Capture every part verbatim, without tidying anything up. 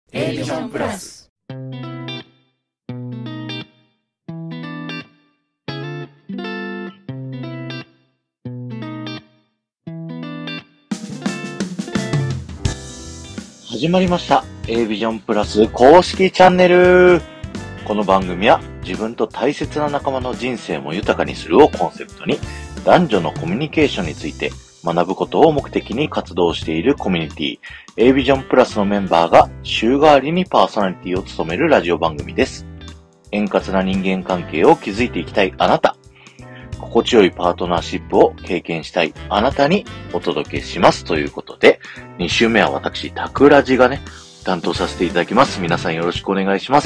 A ビジョンプラス。 始まりました A ビジョンプラス公式チャンネル。この番組は自分と大切な仲間の人生も豊かにするをコンセプトに、男女のコミュニケーションについて学ぶことを目的に活動しているコミュニティ A ビジョンプラスのメンバーが週替わりにパーソナリティを務めるラジオ番組です。円滑な人間関係を築いていきたいあなた、心地よいパートナーシップを経験したいあなたにお届けしますということで、に週目は私、タクラジがね、担当させていただきます。皆さんよろしくお願いします。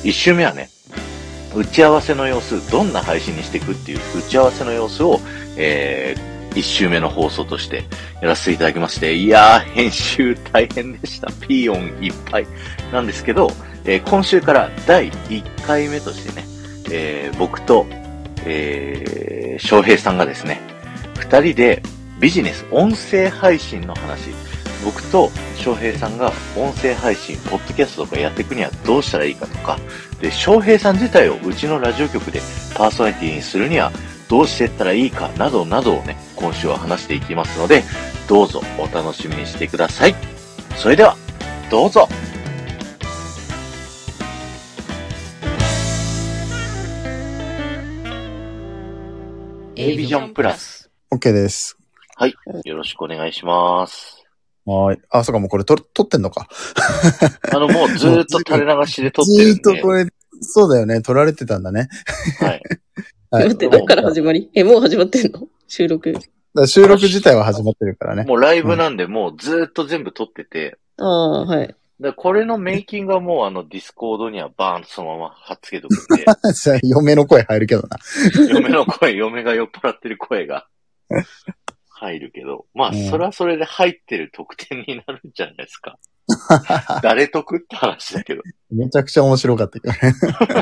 いち週目はね、打ち合わせの様子、どんな配信にしていくっていう打ち合わせの様子を、えー、いち週目の放送としてやらせていただきまして、いやー、編集大変でした。ピーヨンいっぱいなんですけど、えー、今週からだいいっかいめとしてね、えー、僕と、えー、翔平さんがですね、二人でビジネス、音声配信の話、僕と翔平さんが音声配信、ポッドキャストとかやっていくにはどうしたらいいかとか、で、翔平さん自体をうちのラジオ局でパーソナリティにするにはどうしていったらいいかなどなどをね、今週は話していきますので、どうぞお楽しみにしてください。それでは、どうぞ。A ビジョンプラス。 OK です。 はい。よろしくお願いします。 はい。あ、そうか、もうこれ撮、撮ってんのか。 あの、もうずーっと垂れ流しで撮ってるんで。 ずーっとこれ、そうだよね。撮られてたんだね。 はい。 はい。待って、どっから始まりえ、もう始まってんの収録。 だ収録自体は始まってるからね。 もうライブなんで、もうずーっと全部撮ってて。 ああ、はい。 だこれのメイキングはもうあのディスコードにはバーンとそのまま貼っつけとくんで。 じゃあ嫁の声入るけどな。 嫁の声、嫁が酔っ払ってる声が入るけど。まあ、それはそれで入ってる得点になるんじゃないですか。誰得って話だけど。 めちゃくちゃ面白かったけどね。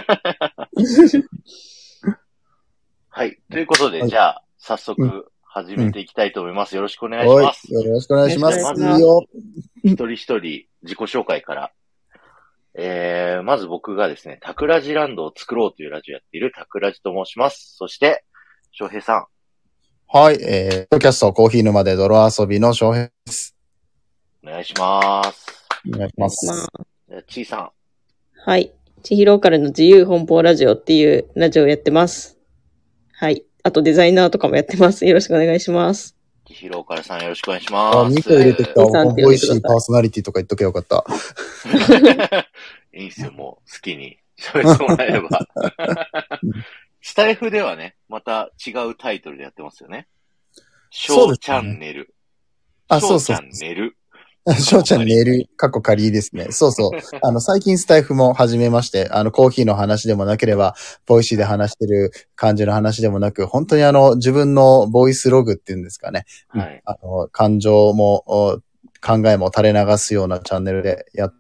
はい。ということで、はい、じゃあ、早速始めていきたいと思います。よろしくお願いします。 よろしくお願いします。 まず、一人一人自己紹介から。えー、まず僕がですね、タクラジランドを作ろうというラジオやっているタクラジと申します。そして、翔平さん。 はい、えー、ポッドキャストコーヒー沼で泥遊びの翔平です。 お願いします。 お願いします。 ちいさん。 はい。ちひろからの自由奔放ラジオっていうラジオをやってます。はい。あとデザイナーとかもやってます。よろしくお願いします。 ちひろからさんよろしくお願いします。 あ、にこ入れてきた。ボイシーパーソナリティとか言っとけよかった。 いいんすよ、もう好きに喋ってもらえれば。スタイフではね、また違うタイトルでやってますよね。翔チャンネル。 あ、そうそう。 翔チャンネル。 翔ちゃん寝る、過去仮ですね。そうそう。あの、最近スタイフも始めまして、あの、コーヒーの話でもなければ、ボイシーで話してる感じの話でもなく、本当にあの、自分のボイスログっていうんですかね。 はい。 あの、感情も、考えも垂れ流すようなチャンネルでやっ、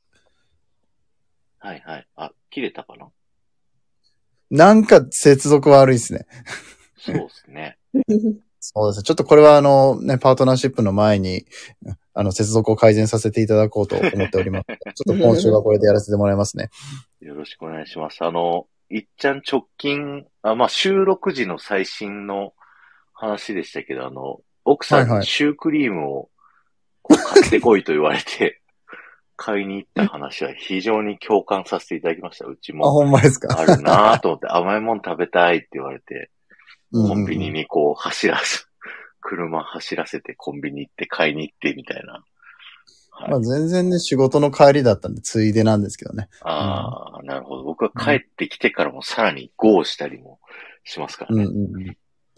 はいはい。あ、切れたかな？ なんか接続悪いですね。 そうですね。 そうですね。ちょっとこれはあの、ね、パートナーシップの前に、あの、接続を改善させていただこうと思っております。ちょっと今週はこれでやらせてもらいますね。 よろしくお願いします。あの、いっちゃん直近、あ、まあ、収録時の最新の話でしたけど、あの、奥さんにシュークリームをこう買ってこいと言われて、買いに行った話は非常に共感させていただきました。うちも。 あ、ほんまですか。 あるなぁと思って、甘いもん食べたいって言われて、コンビニにこう走らす。車走らせてコンビニ行って買いに行ってみたいな。 はい、まあ全然ね、仕事の帰りだったんで、ついでなんですけどね。 ああ、うん、なるほど。僕は帰ってきてからもさらにゴーしたりもしますからね。うんうん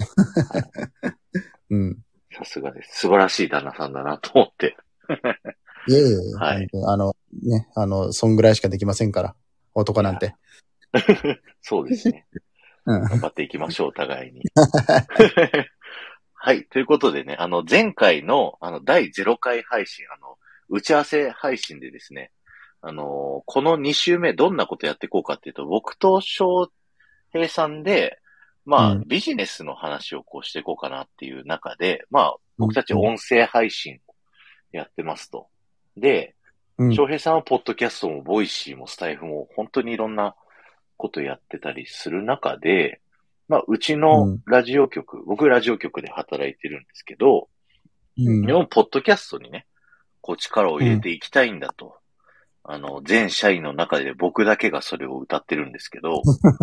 うん。さすがです。素晴らしい旦那さんだなと思って。 いえいえ、はい。あの、ね、あの、そんぐらいしかできませんから。男なんて。 そうですね。うん、頑張っていきましょう、お互いに。はい。ということでね、あの、前回の、あの、だいゼロかい配信、あの、打ち合わせ配信でですね、あの、このに週目どんなことやっていこうかっていうと、僕と翔平さんで、まあ、うん、ビジネスの話をこうしていこうかなっていう中で、まあ、僕たち音声配信をやってますと。で、 うん。 翔平さんはポッドキャストもボイシーもスタイフも本当にいろんなことやってたりする中で、まあ、うちのラジオ局、僕ラジオ局で働いてるんですけど、 うん。 でも、ポッドキャストにね、こう力を入れていきたいんだと。あの、全社員の中で僕だけがそれを歌ってるんですけど、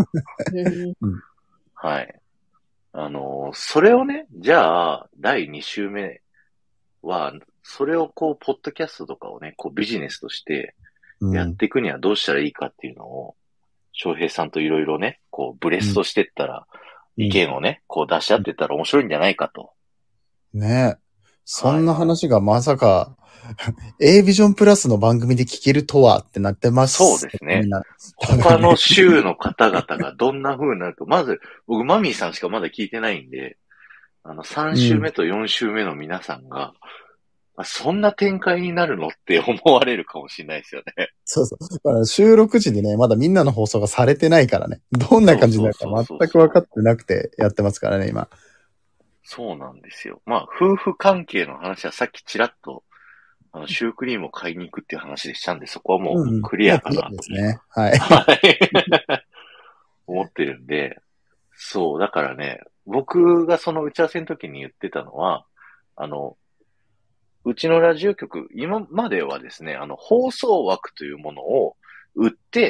はい。あの、それをね、じゃあ、だいに週目は、それをこう、ポッドキャストとかをね、こう、ビジネスとしてやっていくにはどうしたらいいかっていうのを、翔平さんといろいろね、こう、ブレストしてったら、 うん、 意見をね、こう出し合ってったら面白いんじゃないかと。 ねえ。そんな話がまさか、A ビジョンプラスの番組で聞けるとはってなってます。 そうですね。他の州の方々がどんな風になるか。まず、僕、マミーさんしかまだ聞いてないんで、あの、さん週目とよん週目の皆さんが、うん、そんな展開になるのって思われるかもしれないですよね。 そうそう。だから収録時にね、まだみんなの放送がされてないからね。どんな感じになるか全く分かってなくてやってますからね、今。 そうなんですよ。まあ、夫婦関係の話はさっきちらっと、あの、シュークリームを買いに行くっていう話でしたんで、そこはもうクリアかな。 うん、ですね。はい。 はい。思ってるんで、そう、だからね、僕がその打ち合わせの時に言ってたのは、あの、うちのラジオ局、今まではですね、あの、放送枠というものを売って、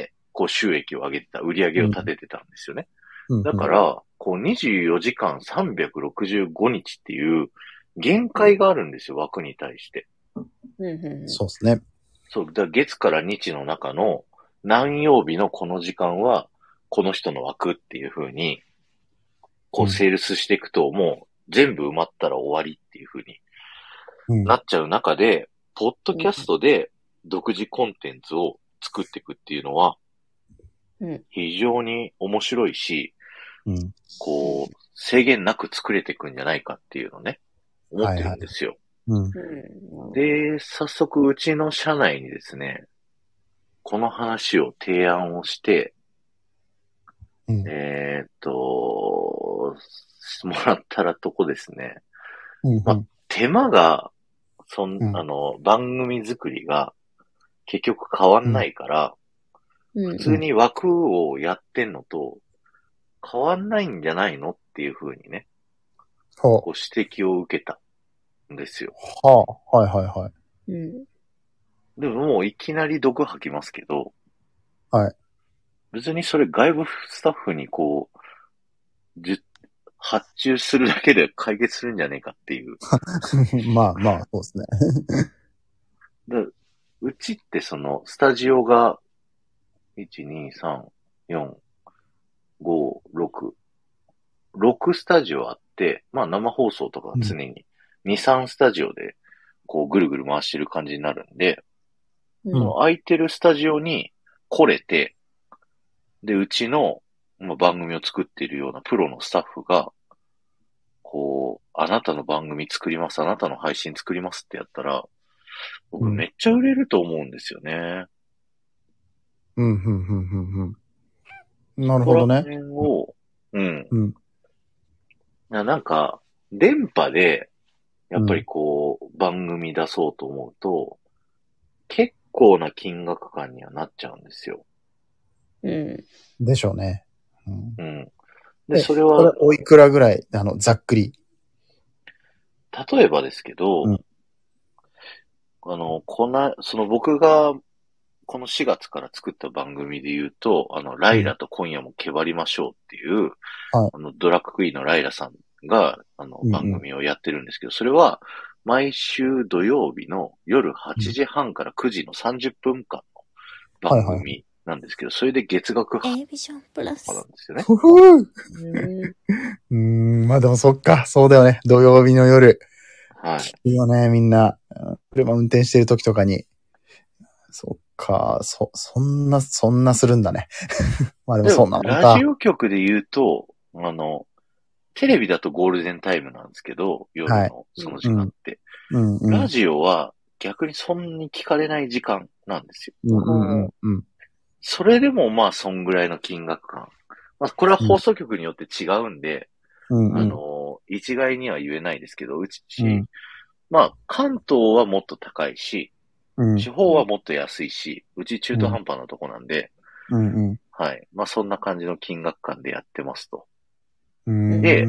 こう収益を上げてた、売り上げを立ててたんですよね。うん、だから、こうにじゅうよじかんさんびゃくろくじゅうごにちっていう限界があるんですよ、枠に対して。 そうですね。 そう、だ月から日の中の何曜日のこの時間は、この人の枠っていう風に、こうセールスしていくと、もう全部埋まったら終わりっていう風になっちゃう中で、うん、ポッドキャストで独自コンテンツを作っていくっていうのは、非常に面白いし、うん、こう、制限なく作れていくんじゃないかっていうのをね、思ってるんですよ。はいはいうん、で、早速うちの社内にですね、この話を提案をして、うん、えーっと、もらったらとこですね。うんうんまあ、手間が、そん、うん、あの、番組作りが結局変わんないから、うん、普通に枠をやってんのと変わんないんじゃないのっていう風にね、こう指摘を受けたんですよ。 はあ、はいはいはい。 うん、 でももういきなり毒吐きますけど、 はい。 別にそれ外部スタッフにこう、じ発注するだけで解決するんじゃねえかっていう。 まあまあ、そうですね。 でうちってその、スタジオが、いち、に、さん、よん、ご、ろく、ろくスタジオあって、まあ生放送とかは常にに、さんスタジオで、こうぐるぐる回してる感じになるんで、うん、その空いてるスタジオに来れて、で、うちの、まあ、番組を作っているようなプロのスタッフが、こう、あなたの番組作ります、あなたの配信作りますってやったら、僕めっちゃ売れると思うんですよね。 うん、うん、うん、うん、うん。なるほどね。 ここら辺を、うん。 うん。 なんか、電波で、やっぱりこう、うん、番組出そうと思うと、結構な金額感にはなっちゃうんですよ。 うん。 でしょうね。 うん。うん、で、それは。 それおいくらぐらい、あの、ざっくり。 例えばですけど、うん、あの、この、その僕が、このしがつから作った番組で言うと、あの、ライラと今夜もけばりましょうっていう、うん、あの、ドラッグクイーンのライラさんが、あの、番組をやってるんですけど、うんうん、それは、毎週土曜日の夜はちじはんからくじのさんじゅっぷんかんの番組なんですけど、はいはい、それで月額は A ビジョンプラスなんですよね。 ふふーうーん、まあでもそっか、そうだよね。土曜日の夜。 はい。 聞くよね、みんな。車運転してる時とかに。そっか、そ、そんな、そんなするんだね。まあでもそんなもんか。 ラジオ局で言うと、あの、テレビだとゴールデンタイムなんですけど、夜のその時間って。はいうんうん、ラジオは逆にそんなに聞かれない時間なんですよ。 うんうんうん、 それでもまあそんぐらいの金額感。まあこれは放送局によって違うんで、うんうん、あの、一概には言えないですけど、うち、うん、まあ関東はもっと高いし、 うん。 地方はもっと安いし、うち中途半端なとこなんで、 うんうん。 はい。まあそんな感じの金額感でやってますと。 うーん。 で、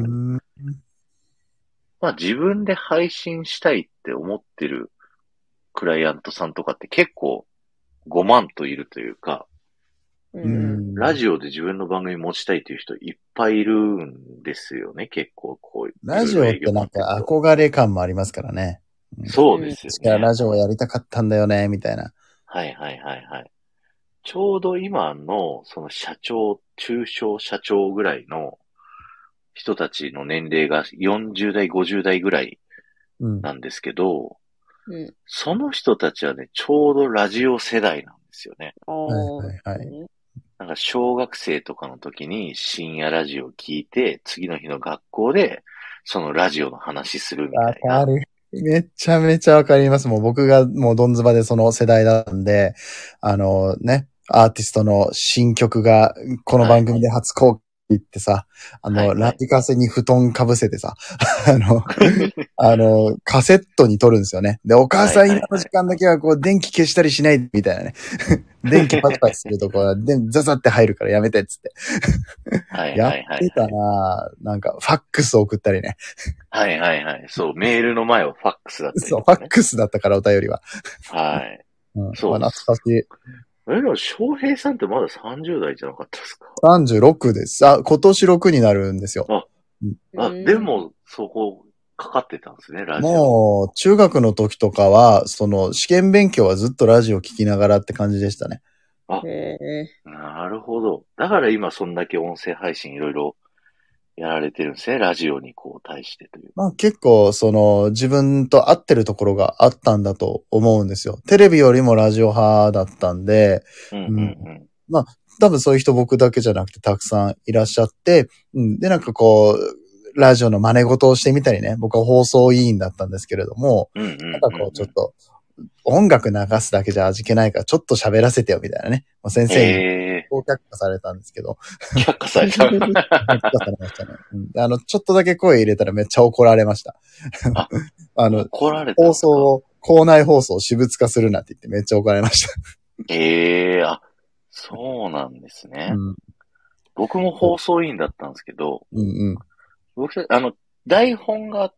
まあ自分で配信したいって思ってるクライアントさんとかって結構ごまんといるというか、 う。 うんん。 ラジオで自分の番組持ちたいという人いっぱいいるんですよね。結構こう、いラジろいろ営業オってなん回ってると。 か憧れ感もありますからね。うん。 そうですよね。 確かラジオやりたかったんだよね、みたいな。 はいはいはいはい。ちょうど今のその社長、中小社長ぐらいの人たちの年齢がよんじゅう代、ごじゅう代ぐらいうん。 なんですけど、 うん。 その人たちはね、ちょうどラジオ世代なんですよね。 ああ、 はいはいはい。 ね。 なんか小学生とかの時に深夜ラジオを聞いて、次の日の学校でそのラジオの話するみたわいな。 かる。めちゃめちゃわかります。もう僕がもうドンズバでその世代だったんで、あのね、アーティストの新曲がこのはい。 番組で初公開ってさ、あの、 はいはい。 ラジカセに布団かぶせてさ、あの、あの、カセットに撮るんですよね。で、お母はいさん今はいはい。 の時間だけはこう電気消したりしないみたいなね。電気パチパチするとこは、で、ザザって入るからやめてっつって。 はいやっはいはいてたはい。 なぁ。なんか、ファックス送ったりね。 はいはいはい。そう、メールの前はファックスだったりそう、ファッとかね。 クスだったからお便りは。 はい。 うん。まあ、懐そうっす。 かしい。 え、でも、翔平さんってまださんじゅう代じゃなかったですか？ さんじゅうろくです。あ、今年ろくになるんですよ。 あ、 うん。 あ、でも、そこ、かかってたんですね、ラジオ。 もう、中学の時とかは、その、試験勉強はずっとラジオ聞きながらって感じでしたね。 あ、 へえ。 なるほど。だから今そんだけ音声配信いろいろやられてるんですね。ラジオにこう対してというか。 まあ結構、その、自分と合ってるところがあったんだと思うんですよ。テレビよりもラジオ派だったんで、 うんうん。 うんまあ、多分そういう人僕だけじゃなくてたくさんいらっしゃって、うん。で、なんかこう、ラジオの真似事をしてみたりね、僕は放送委員だったんですけれども、 うん。うんうんなんかこう、 うんうん。 ちょっと、音楽流すだけじゃ味気ないから、ちょっと喋らせてよ、みたいなね。もう先生に、 へえ、 こう却下されたんですけど、 却下された。 却下されましたね。うん。であの、ちょっとだけ声入れたらめっちゃ怒られました。 あ、 あの、 怒られたん放ですか？ 送を、校内放送を私物化するなって言ってめっちゃ怒られました。 ええ、あ、そうなんですね。 うん。 僕も放送委員だったんですけど、 うんうん。 僕、あの、台本があって、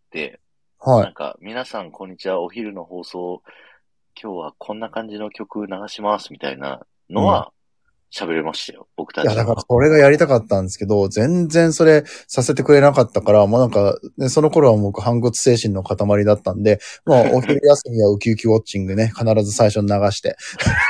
はい。 なんか、皆さんこんにちは、お昼の放送、今日はこんな感じの曲流します、みたいなのうん。 は喋れましたよ。僕たいや、だちのからそれがやりたかったんですけど、全然それさせてくれなかったから、もうなんか、ね、その頃は僕反骨精神の塊だったんで、もうお昼休みはウキウキウォッチングね、必ず最初に流して。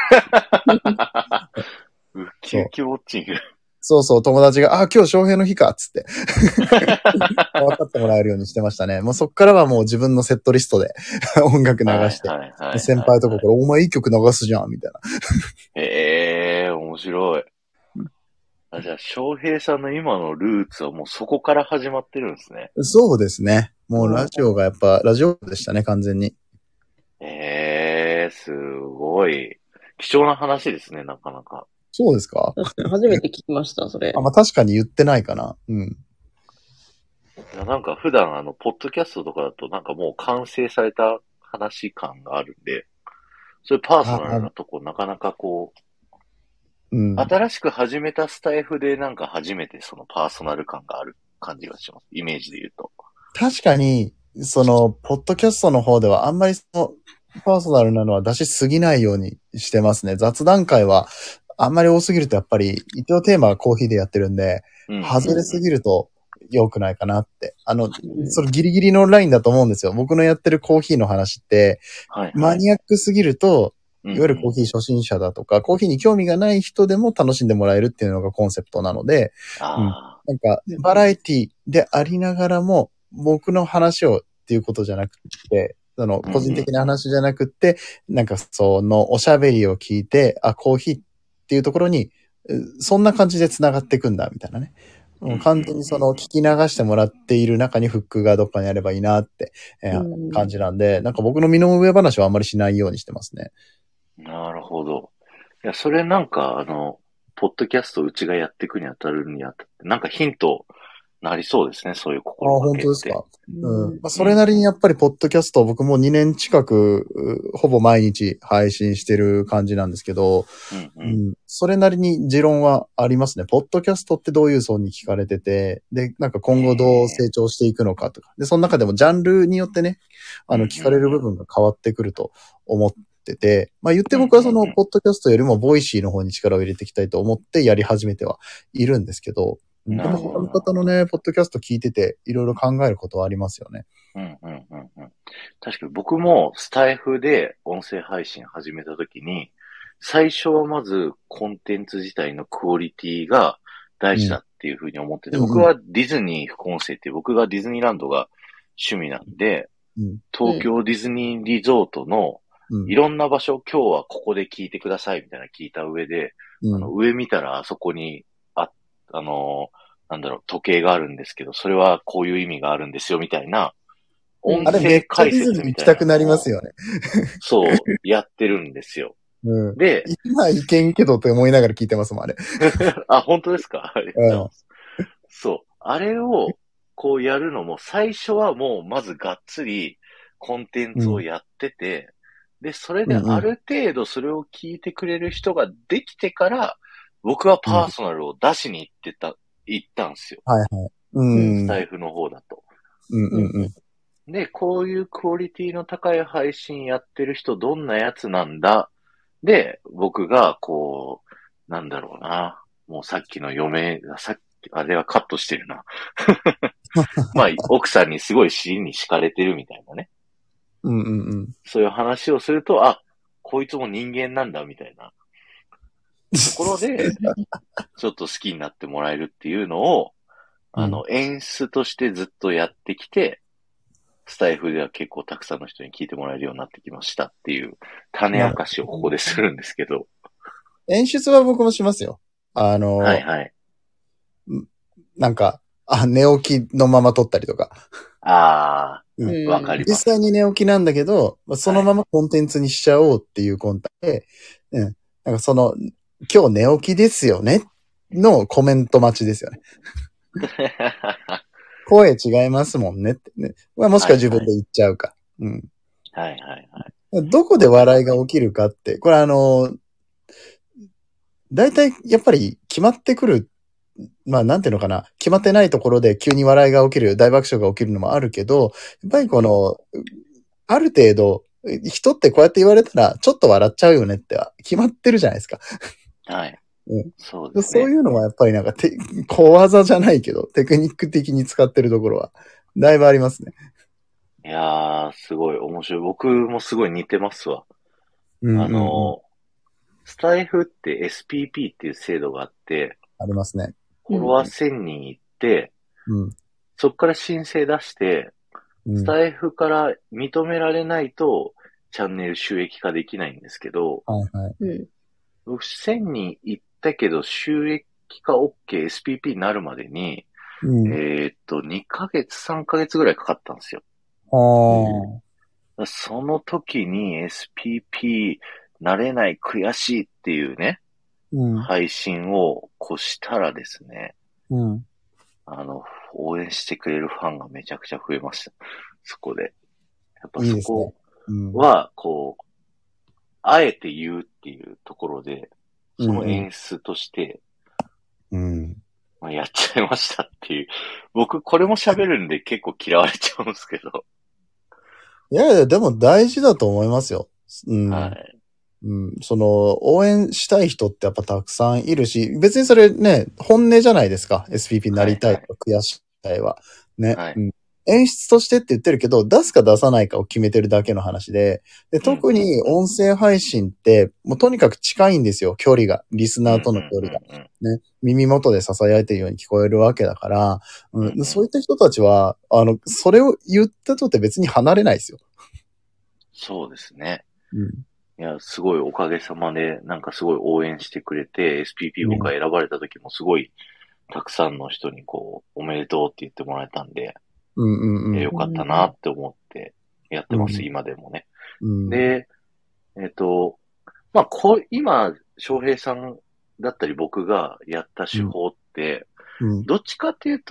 ウキそう。 ウキウォッチング。 そうそう、友達が、あ、今日翔平の日か、つって。分かってもらえるようにしてましたね。もうそっからはもう自分のセットリストで音楽流はいして、 はいはい先はいはい。 輩とかから、お前いい曲流すじゃん、みたいな。 へえ、面白い。あ、じゃあ、翔平さんの今のルーツはもうそこから始まってるんですね。 そうですね。もうラジオがやっぱ、ラジオでしたね、完全に。 ええ、すごい。貴重な話ですね、なかなか。 そうですか？ 確かに初めて聞きました、そあ、 れ。 まあ、確かに言ってないかな。うん。 いや、なんか普段あの、ポッドキャストとかだとなんかもう完成された話感があるんで、そういうパーソナルあ、 なとこなかなかこう、 うん。 新しく始めたスタイフでなんか初めてそのパーソナル感がある感じがします。イメージで言うと。 確かに、その、ポッドキャストの方ではあんまりその、パーソナルなのは出しすぎないようにしてますね。雑談会は、あんまり多すぎるとやっぱり、一応テーマはコーヒーでやってるんで、 うんうん外れすぎると良くないかなって。あの、 うんそのギリギリのラインだと思うんですよ。僕のやってるコーヒーの話って、 はいはい。 マニアックすぎると、 うんうん。 いわゆるコーヒー初心者だとか、コーヒーに興味がない人でも楽しんでもらえるっていうのがコンセプトなので、うん。 あなんか、バラエティでありながらも、僕の話をっていうことじゃなくて、その、 あ。うん個人うん。 的な話じゃなくて、なんか、その、おしゃべりを聞いて、あ、コーヒーっていうところに、うそんな感じで繋がっていくんだ、みたいなね。もう完うんうん全にその、聞き流してもらっている中にフックがどっかにあればいいなって、えーうん感じなんで、なんか僕の身の上話はあんまりしないようにしてますね。 うん。なるほど。いや、それなんかあの、ポッドキャストうちがやっていくにあたるにあたって、なんかヒントなりそうですね、そういうああ、 心がけって。 本当ですか。うん。 うんまあ、それなりにやっぱり、ポッドキャストを僕もにねん近く、うほぼ毎日配信してる感じなんですけど、 うんううん。 ん。それなりに持論はありますね。ポッドキャストってどういう層に聞かれてて、で、なんか今後どう成長していくのかとか。で、その中でもジャンルによってね、あの、 うんうん聞かれる部分が変わってくると思ってて、まあ言って僕はその、 うんうんうんポッドキャストよりもボイシーの方に力を入れていきたいと思ってやり始めてはいるんですけど、うんでもなるほど他の方のね、ポッドキャスト聞いてて、いろいろ考えることはありますよね。 うんうんうんうん。確かに僕もスタイフで音声配信始めたときに、最初はまずコンテンツ自体のクオリティが大事だっていうふうに思ってて、 うん僕はディズニー副音声って僕がディズニーランドが趣味なんで、 うん。 東京ディズニーリゾートのうん。 いろんな場所、今日はここで聞いてくださいみたいな聞いた上で、 うん。 あの上見たらあそこに、あ、あの、なんだろう、時計があるんですけど、それはこういう意味があるんですよみたいな、音あれめっ声解ちゃディズニ説みたいなー行きたくなりのをますよね。 そう、やってるんですよ。 うん。 で、 今行けんけどって思いながら聞いてますもん、あれ。 あ、本当ですか？ありがとうございうん。 ます。そう。あれを、こうやるのも、最初はもう、まずがっつり、コンテンツをやってて、で、それでうんうんある程度それを聞いてくれる人ができてから、僕はパーソナルを出しに行ってた、行ったんですよ。 はいはい。うん。 スタイフの方だと。 うんうんうん。 で、こういうクオリティの高い配信やってる人どんなやつなんだ。で、僕がこう、なんだろうな。もうさっきの嫁、さっき、あれはカットしてるな。まあ、奥さんにすごい尻に敷かれてるみたいなね。 うんうんうん。 そういう話をすると、あ、こいつも人間なんだみたいなところで、ちょっと好きになってもらえるっていうのを、あの、演出としてずっとやってきて、スタイフでは結構たくさんの人に聞いてもらえるようになってきましたっていう種明かしをここでするんですけど。 演出は僕もしますよ。あの、 はいはい。 なんか、あ、寝起きのまま撮ったりとか。 あうんあ、わかり実ます。 際に寝起きなんだけど、そのままコンテンツにしちゃおうっていう魂胆で、うん。なんかその、今日寝起きですよねのコメント待ちですよね。声違いますもんねってね。まあ、もしくは自分で言っちゃうか。うん。 はいはいはい。 どこで笑いが起きるかって、これあの、大体やっぱり決まってくる、まあなんていうのかな、決まってないところで急に笑いが起きる、大爆笑が起きるのもあるけど、やっぱりこの、ある程度、人ってこうやって言われたら、ちょっと笑っちゃうよねって決まってるじゃないですか。 はい。 うん、 そうですね。 そういうのはやっぱりなんかて、小技じゃないけど、テクニック的に使ってるところは、だいぶありますね。 いやー、すごい面白い。僕もすごい似てますわ。 うんうんうん、 あの、スタイフって エスピーピー っていう制度があって、 ありますね。 フォロワーせんにんいって、 うん、 そっから申請出して、 うん、 スタイフから認められないと、チャンネル収益化できないんですけど、 はいはい。 うん、 僕せんにん行ったけど、収益化 OK、エスピーピー になるまでに、 うん、 えーっと、にかげつ、さんかげつぐらいかかったんですよ。 はうん、その時に エスピーピー なれない悔しいっていうね、 うん、 配信をこうしたらですね、 うん、 あの、応援してくれるファンがめちゃくちゃ増えました。そこで。やっぱいいですそこね。うん、 は、こう、あえて言うっていうところで、その演出として、 うんうん、 まあ、やっちゃいましたっていう。僕、これも喋るんで結構嫌われちゃうんですけど。 いやいや、でも大事だと思いますよ。うん。 はい。 うん、その、応援したい人ってやっぱたくさんいるし、別にそれね、本音じゃないですか。エスピーピー になりたいとか、悔しいは。ね、 はい、 うん。演出としてって言ってるけど、出すか出さないかを決めてるだけの話で、で、特に音声配信って、もうとにかく近いんですよ、距離が。リスナーとの距離が。ね。耳元で囁いてるように聞こえるわけだから、うん、そういった人たちは、あの、それを言ったとて別に離れないですよ。 そうですね。 うん。 いや、すごいおかげさまで、なんかすごい応援してくれて、エスピーピー 僕が選ばれた時もすごい、たくさんの人にこう、おめでとうって言ってもらえたんで、 うんうんうん、 よかったなって思ってやってます、うん、今でもね。うん、で、えっと、まあ、こう、今、翔平さんだったり僕がやった手法って、うん、どっちかっていうと、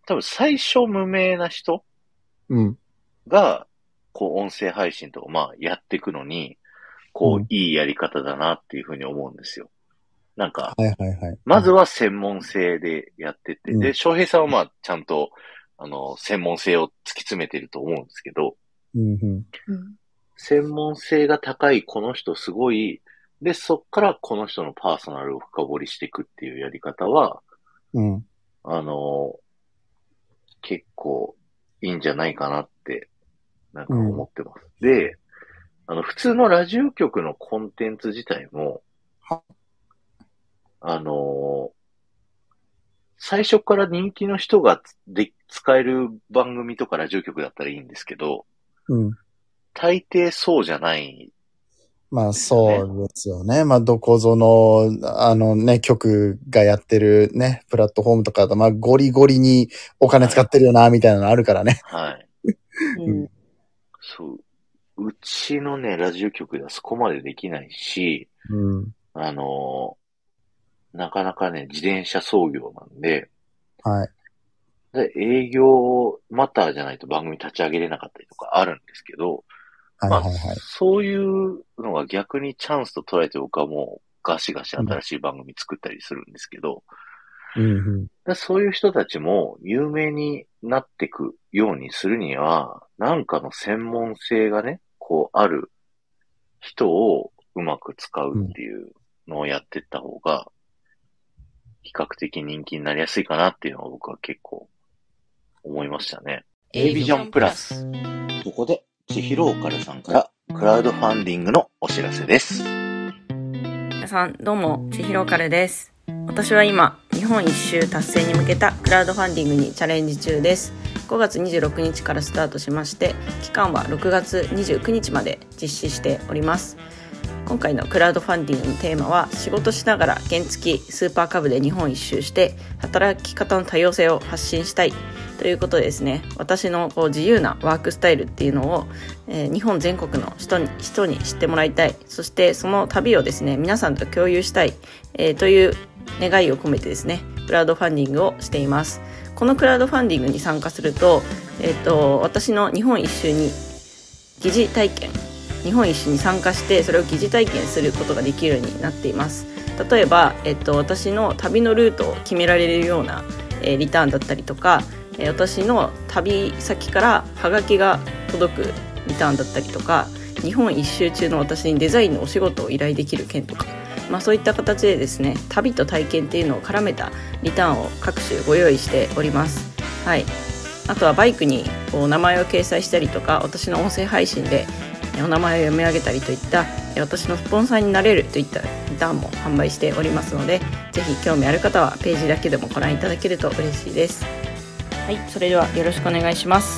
多分最初無名な人うん。 が、こう音声配信とかまあやっていくのに、こう、 うんいいやり方だなっていうふうに思うんですよ。なんか、 はいはいはい。 まずは専門性でやってて、 うんで、翔平さんはまあちゃんと、あの、専門性を突き詰めてると思うんですけど、 うんうん。 うん専門性が高いこの人すごい、で、そっからこの人のパーソナルを深掘りしていくっていうやり方は、 うん。 あの、結構いいんじゃないかなって、なんか思ってます。で、あの、普通のラジオ局のコンテンツ自体も、 はあの、最初から人気の人がで使える番組とかラジオ局だったらいいんですけど、 うん。 大抵そうじゃないまあですよね。 そうですよね。まあどこぞの、あのね、局がやってるね、プラットフォームとかだと、まあゴリゴリにお金使ってるよな、みたいなのあるからね。 はい。 うんそう。うちのね、ラジオ局ではそこまでできないし、 うん。 あのなかなかね、自転車操業なんで、 はい。 で営業マターじゃないと番組立ち上げれなかったりとかあるんですけど、まあ、 はいはいはい。 そういうのが逆にチャンスと捉えて僕はもうガシガシうん新しい番組作ったりするんですけど、 うんうん。 でそういう人たちも有名になっていくようにするには、なんかの専門性がね、こうある人をうまく使うっていうのをやっていった方が、比較的人気になりやすいかなっていうのを僕は結構思いましたね。A ビジョンプラス。ここで、千尋オカルさんからクラウドファンディングのお知らせです。 皆さんどうも、千尋カルです。私は今、日本一周達成に向けたクラウドファンディングにチャレンジ中です。ごがつにじゅうろくにちからスタートしまして、期間はろくがつにじゅうくにちまで実施しております。今回のクラウドファンディングのテーマは、仕事しながら原付スーパーカブで日本一周して働き方の多様性を発信したいということでですね、私のこう自由なワークスタイルっていうのを、えー、日本全国の人に、人に知ってもらいたい、そしてその旅をですね皆さんと共有したい、えー、という願いを込めてですねクラウドファンディングをしています。このクラウドファンディングに参加すると、えーと、私の日本一周に疑似体験日本一周に参加してそれを疑似体験することができるようになっています。例えば、えっと、私の旅のルートを決められるような、えー、リターンだったりとか、えー、私の旅先からハガキが届くリターンだったりとか、日本一周中の私にデザインのお仕事を依頼できる件とか、まあ、そういった形でですね旅と体験っていうのを絡めたリターンを各種ご用意しております。はい。あとはバイクにこう名前を掲載したりとか、私の音声配信でお名前を読み上げたりといった私のスポンサーになれるといったリターンも販売しておりますので、ぜひ興味ある方はページだけでもご覧いただけると嬉しいです。はい、それではよろしくお願いします。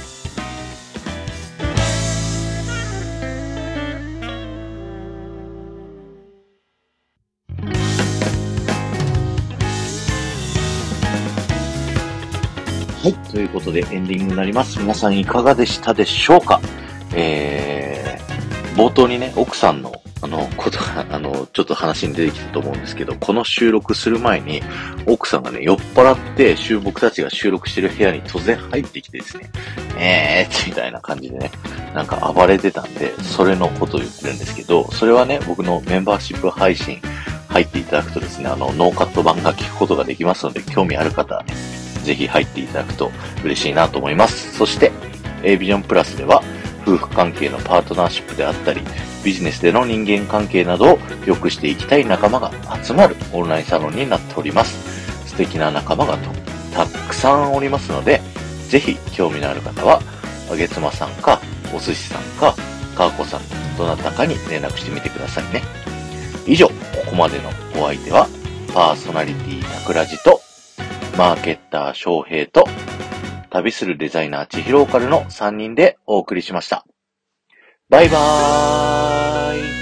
はい。ということでエンディングになります。皆さんいかがでしたでしょうか？えー、冒頭にね、奥さんの、あの、ことが、あの、ちょっと話に出てきたと思うんですけど、この収録する前に、奥さんがね、酔っ払って、僕たちが収録してる部屋に突然入ってきてですね、えーみたいな感じでね、なんか暴れてたんで、それのことを言ってるんですけど、それはね、僕のメンバーシップ配信入っていただくとですね、あの、ノーカット版が聞くことができますので、興味ある方はね、ぜひ入っていただくと嬉しいなと思います。そして、A ビジョンプラスでは、夫婦関係のパートナーシップであったり、ビジネスでの人間関係などを良くしていきたい仲間が集まるオンラインサロンになっております。素敵な仲間がたくさんおりますので、ぜひ興味のある方は、あげつまさんか、お寿司さんか、かーこさん、どなたかに連絡してみてくださいね。以上、ここまでのお相手は、パーソナリティたくらじと、マーケッター翔平と、旅するデザイナー千尋オカルのさんにんでお送りしました。バイバーイ。